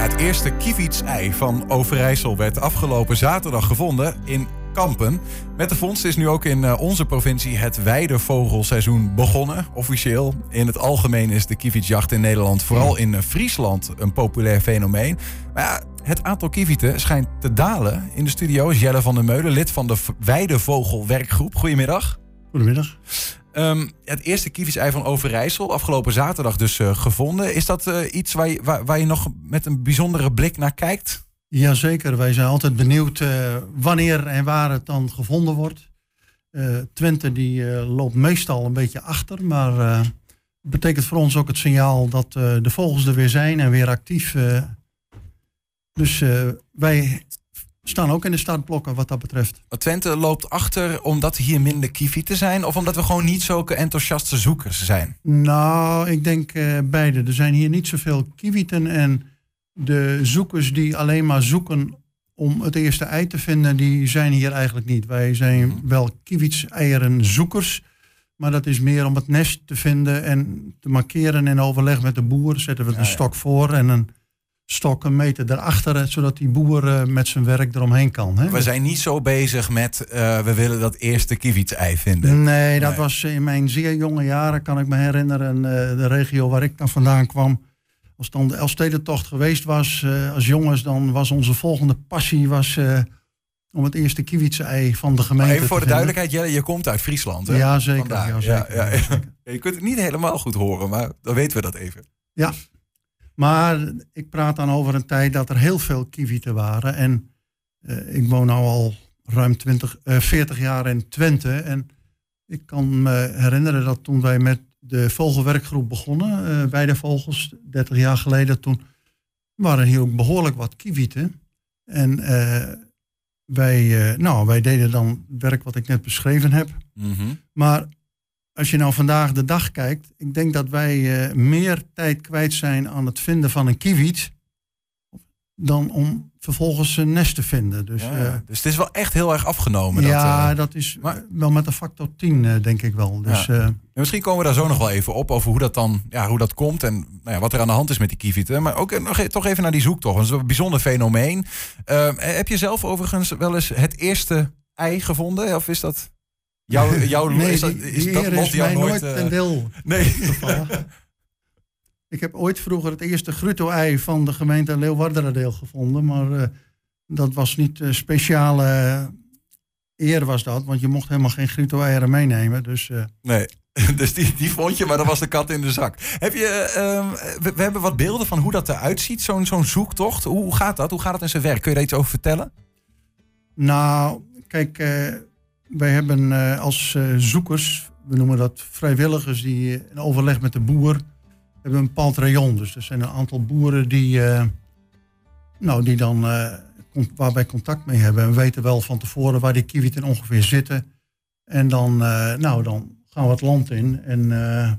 Het eerste kieviets-ei van Overijssel werd afgelopen zaterdag gevonden in Kampen. Met de vondst is nu ook in onze provincie het weidevogelseizoen begonnen. Officieel. In het algemeen is de kievietsjacht in Nederland, vooral in Friesland, een populair fenomeen. Maar ja, het aantal kievieten schijnt te dalen. In de studio is Jelle van der Meulen, lid van de Weidevogelwerkgroep. Goedemiddag. Goedemiddag. Het eerste kievietsei van Overijssel, afgelopen zaterdag dus gevonden. Is dat iets waar je nog met een bijzondere blik naar kijkt? Jazeker, wij zijn altijd benieuwd wanneer en waar het dan gevonden wordt. Twente die loopt meestal een beetje achter, maar het betekent voor ons ook het signaal dat de vogels er weer zijn en weer actief. Dus wij staan ook in de startblokken wat dat betreft. Twente loopt achter omdat hier minder kievieten zijn of omdat we gewoon niet zulke enthousiaste zoekers zijn? Nou, ik denk beide. Er zijn hier niet zoveel kievieten en de zoekers die alleen maar zoeken om het eerste ei te vinden, die zijn hier eigenlijk niet. Wij zijn wel kievietseieren zoekers, maar dat is meer om het nest te vinden en te markeren in overleg met de boer. Zetten we een stok voor en een stok een meter daarachter, zodat die boer met zijn werk eromheen kan. Hè? We zijn niet zo bezig met we willen dat eerste kievietsei vinden. Nee, dat was in mijn zeer jonge jaren, kan ik me herinneren, de regio waar ik dan vandaan kwam. Als dan de Elfstedentocht geweest was, als jongens, dan was onze volgende passie om het eerste kievietsei van de gemeente even voor te de vinden. duidelijkheid, Jelle, je komt uit Friesland, hè? Ja, zeker. Ja, zeker. Ja. Je kunt het niet helemaal goed horen, maar dan weten we dat even. Ja, maar ik praat dan over een tijd dat er heel veel kievieten waren. En ik woon nu al ruim 40 jaar in Twente. En ik kan me herinneren dat toen wij met de vogelwerkgroep begonnen, bij de vogels, 30 jaar geleden, toen waren hier ook behoorlijk wat kievieten. En wij deden dan het werk wat ik net beschreven heb. Mm-hmm. Maar als je nou vandaag de dag kijkt, ik denk dat wij meer tijd kwijt zijn aan het vinden van een kieviet dan om vervolgens een nest te vinden. Dus het is wel echt heel erg afgenomen. Dat is wel met een factor 10, denk ik wel. Dus, misschien komen we daar zo nog wel even op over hoe dat dan, hoe dat komt en wat er aan de hand is met die kievieten. Maar ook toch even naar die zoektocht. Dat is een bijzonder fenomeen. Heb je zelf overigens wel eens het eerste ei gevonden? Of is dat jouw nee, is mij nooit ten deel. Nee. Ik heb ooit vroeger het eerste grutto-ei van de gemeente Leeuwarderadeel gevonden. Maar dat was niet speciale eer was dat. Want je mocht helemaal geen grutto-eieren meenemen. Dus, nee, dus die vond je, maar dan was de kat in de zak. Heb je, we hebben wat beelden van hoe dat eruit ziet, zo'n zoektocht. Hoe gaat dat? Hoe gaat het in zijn werk? Kun je daar iets over vertellen? Nou, kijk, wij hebben als zoekers, we noemen dat vrijwilligers die in overleg met de boer hebben een bepaald rayon. Dus er zijn een aantal boeren die dan waar wij contact mee hebben. En we weten wel van tevoren waar die kievieten ongeveer zitten. En dan gaan we het land in en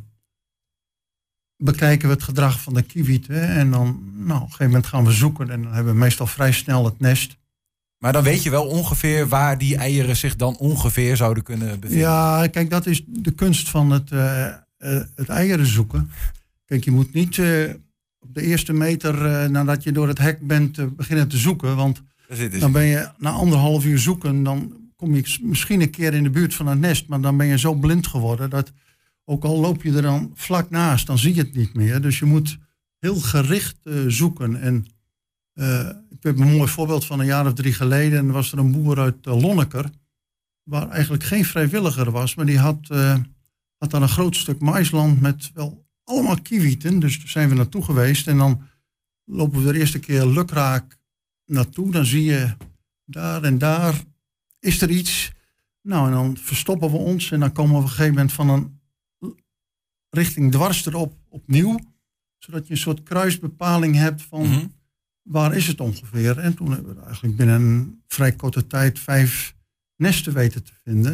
bekijken we het gedrag van de kievieten. En dan op een gegeven moment gaan we zoeken en dan hebben we meestal vrij snel het nest. Maar dan weet je wel ongeveer waar die eieren zich dan ongeveer zouden kunnen bevinden. Ja, kijk, dat is de kunst van het eieren zoeken. Kijk, je moet niet op de eerste meter nadat je door het hek bent beginnen te zoeken. Want dan ben je na 1,5 uur zoeken, dan kom je misschien een keer in de buurt van het nest. Maar dan ben je zo blind geworden dat ook al loop je er dan vlak naast, dan zie je het niet meer. Dus je moet heel gericht zoeken. En ik heb een mooi voorbeeld van een jaar of 3 geleden. En was er een boer uit Lonneker, waar eigenlijk geen vrijwilliger was. Maar die had dan een groot stuk maisland met wel allemaal kievieten. Dus daar zijn we naartoe geweest. En dan lopen we de eerste keer lukraak naartoe. Dan zie je daar en daar is er iets. Nou, en dan verstoppen we ons. En dan komen we op een gegeven moment van een richting dwars erop opnieuw. Zodat je een soort kruisbepaling hebt van waar is het ongeveer. En toen hebben we eigenlijk binnen een vrij korte tijd 5 nesten weten te vinden.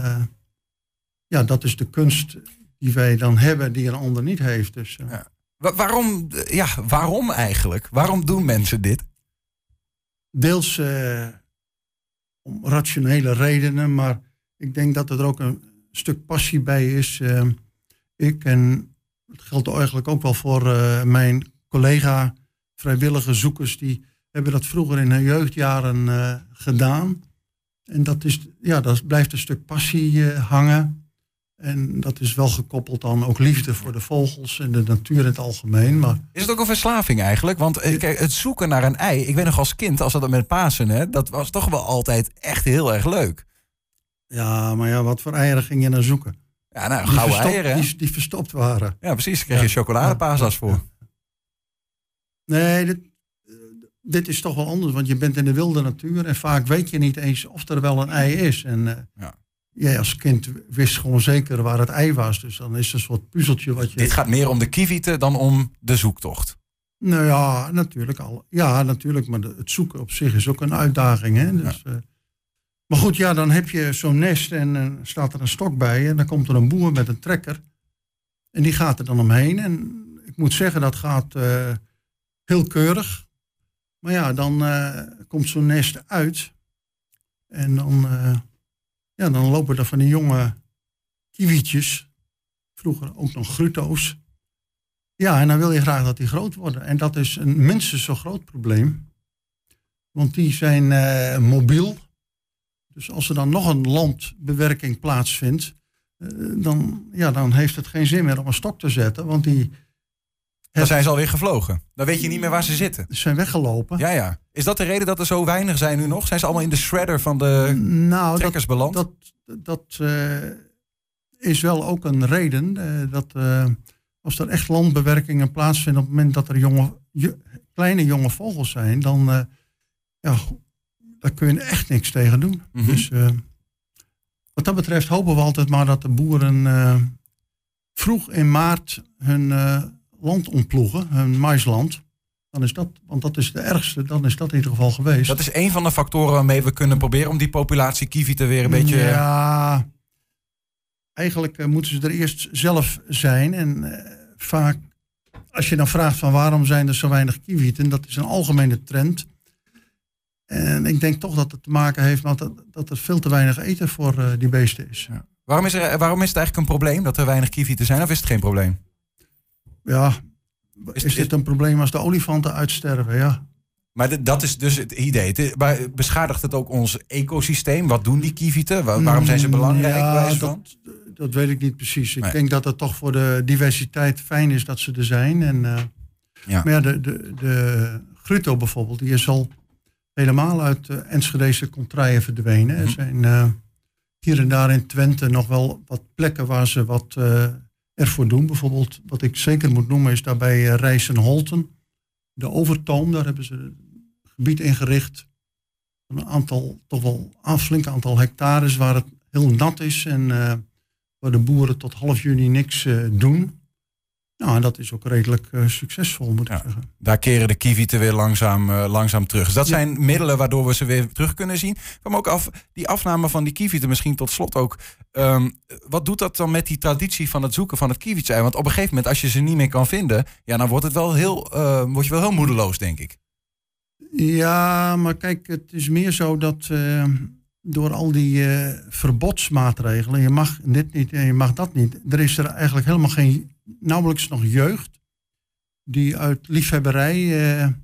En dat is de kunst die wij dan hebben, die een ander niet heeft. Dus, waarom eigenlijk? Waarom doen mensen dit? Deels om rationele redenen, maar ik denk dat er ook een stuk passie bij is. En het geldt eigenlijk ook wel voor mijn collega vrijwillige zoekers die hebben dat vroeger in hun jeugdjaren gedaan. En dat blijft een stuk passie hangen. En dat is wel gekoppeld aan ook liefde voor de vogels en de natuur in het algemeen. Maar is het ook een verslaving eigenlijk? Want kijk, het zoeken naar een ei, ik weet nog als kind, als dat met Pasen, hè, dat was toch wel altijd echt heel erg leuk. Ja, maar ja, wat voor eieren ging je naar zoeken? Ja, nou, gouden eieren. Die verstopt waren. Ja, precies. Daar kreeg je chocoladepaasas voor. Ja. Nee, dit is toch wel anders, want je bent in de wilde natuur en vaak weet je niet eens of er wel een ei is. En jij als kind wist gewoon zeker waar het ei was, dus dan is het een soort puzzeltje wat je... Dit gaat meer om de kievieten dan om de zoektocht. Nou ja, natuurlijk al. Ja, natuurlijk, maar het zoeken op zich is ook een uitdaging. Hè? Dus, maar goed, ja, dan heb je zo'n nest en staat er een stok bij en dan komt er een boer met een trekker en die gaat er dan omheen. En ik moet zeggen, dat gaat heel keurig. Maar ja, dan komt zo'n nest uit en dan lopen er van die jonge kiewietjes, vroeger ook nog gruto's. Ja, en dan wil je graag dat die groot worden. En dat is een minstens zo groot probleem. Want die zijn mobiel. Dus als er dan nog een landbewerking plaatsvindt, dan heeft het geen zin meer om een stok te zetten. Want dan zijn ze alweer gevlogen. Dan weet je niet meer waar ze zitten. Ze zijn weggelopen. Ja. Is dat de reden dat er zo weinig zijn nu nog? Zijn ze allemaal in de shredder van de trekkers beland? Dat is wel ook een reden. Dat als er echt landbewerkingen plaatsvinden op het moment dat er kleine jonge vogels zijn, dan daar kun je echt niks tegen doen. Mm-hmm. Dus wat dat betreft hopen we altijd maar dat de boeren vroeg in maart hun land ontploegen, hun maisland. Dan is dat, want dat is de ergste, dan is dat in ieder geval geweest. Dat is een van de factoren waarmee we kunnen proberen om die populatie kievieten weer een beetje... Ja, eigenlijk moeten ze er eerst zelf zijn. En vaak, als je dan vraagt van waarom zijn er zo weinig kievieten, dat is een algemene trend. En ik denk toch dat het te maken heeft met dat er veel te weinig eten voor die beesten is. Ja. Waarom is het eigenlijk een probleem dat er weinig kievieten zijn, of is het geen probleem? Ja, is dit een probleem als de olifanten uitsterven, ja. Maar dat is dus het idee. Beschadigt het ook ons ecosysteem? Wat doen die kievieten? Waarom zijn ze belangrijk? Ja, dat weet ik niet precies. Ik denk dat het toch voor de diversiteit fijn is dat ze er zijn. En, Maar ja, de gruto bijvoorbeeld, die is al helemaal uit Enschedese contraien verdwenen. Er zijn hier en daar in Twente nog wel wat plekken waar ze wat ervoor doen. Bijvoorbeeld, wat ik zeker moet noemen, is daarbij Rijssen-Holten. De Overtoom, daar hebben ze een gebied ingericht. Een aantal, toch wel een flink aantal hectares waar het heel nat is. En waar de boeren tot half juni niks doen. Nou, en dat is ook redelijk succesvol, moet ik zeggen. Daar keren de kievieten weer langzaam terug. Dus dat zijn middelen waardoor we ze weer terug kunnen zien. Ik kwam ook af, die afname van die kievieten misschien tot slot ook. Wat doet dat dan met die traditie van het zoeken van het kievietsei? Want op een gegeven moment, als je ze niet meer kan vinden, ja, dan wordt het wel word je wel heel moedeloos, denk ik. Ja, maar kijk, het is meer zo dat door al die verbodsmaatregelen, je mag dit niet en je mag dat niet. Er is er eigenlijk helemaal nauwelijks nog jeugd die uit liefhebberij een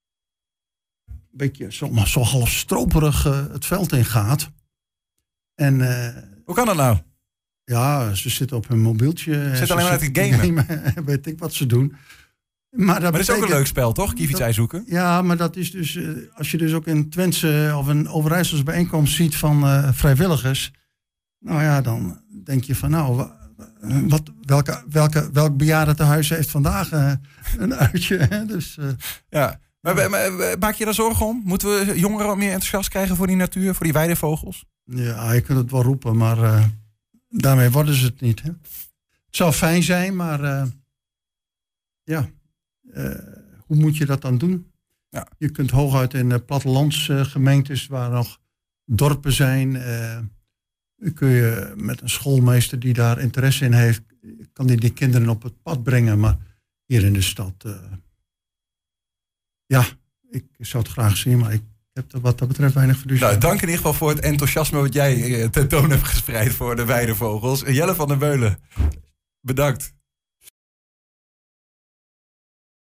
beetje zo half stroperig het veld in gaat. En, hoe kan dat nou? Ja, ze zitten op hun mobieltje. Ze zitten alleen maar uit het gamen. Weet ik wat ze doen. Maar dat is ook een leuk spel, toch? Kievietsei zoeken. Ja, maar dat is dus, als je dus ook in Twentse of een Overijsselse bijeenkomst ziet van vrijwilligers. Nou ja, dan denk je van nou, welk bejaardentehuis heeft vandaag een uitje? Hè? Dus, ja. Maar maak je daar zorgen om? Moeten we jongeren wat meer enthousiast krijgen voor die natuur, voor die weidevogels? Ja, je kunt het wel roepen, maar daarmee worden ze het niet. Hè? Het zou fijn zijn, maar hoe moet je dat dan doen? Ja. Je kunt hooguit in plattelandsgemeentes waar nog dorpen zijn, kun je met een schoolmeester die daar interesse in heeft, kan die kinderen op het pad brengen. Maar hier in de stad, ik zou het graag zien, maar ik heb er wat dat betreft weinig fiducie. Nou, dank in ieder geval voor het enthousiasme wat jij tentoon hebt gespreid voor de weidevogels. Jelle van der Meulen, bedankt.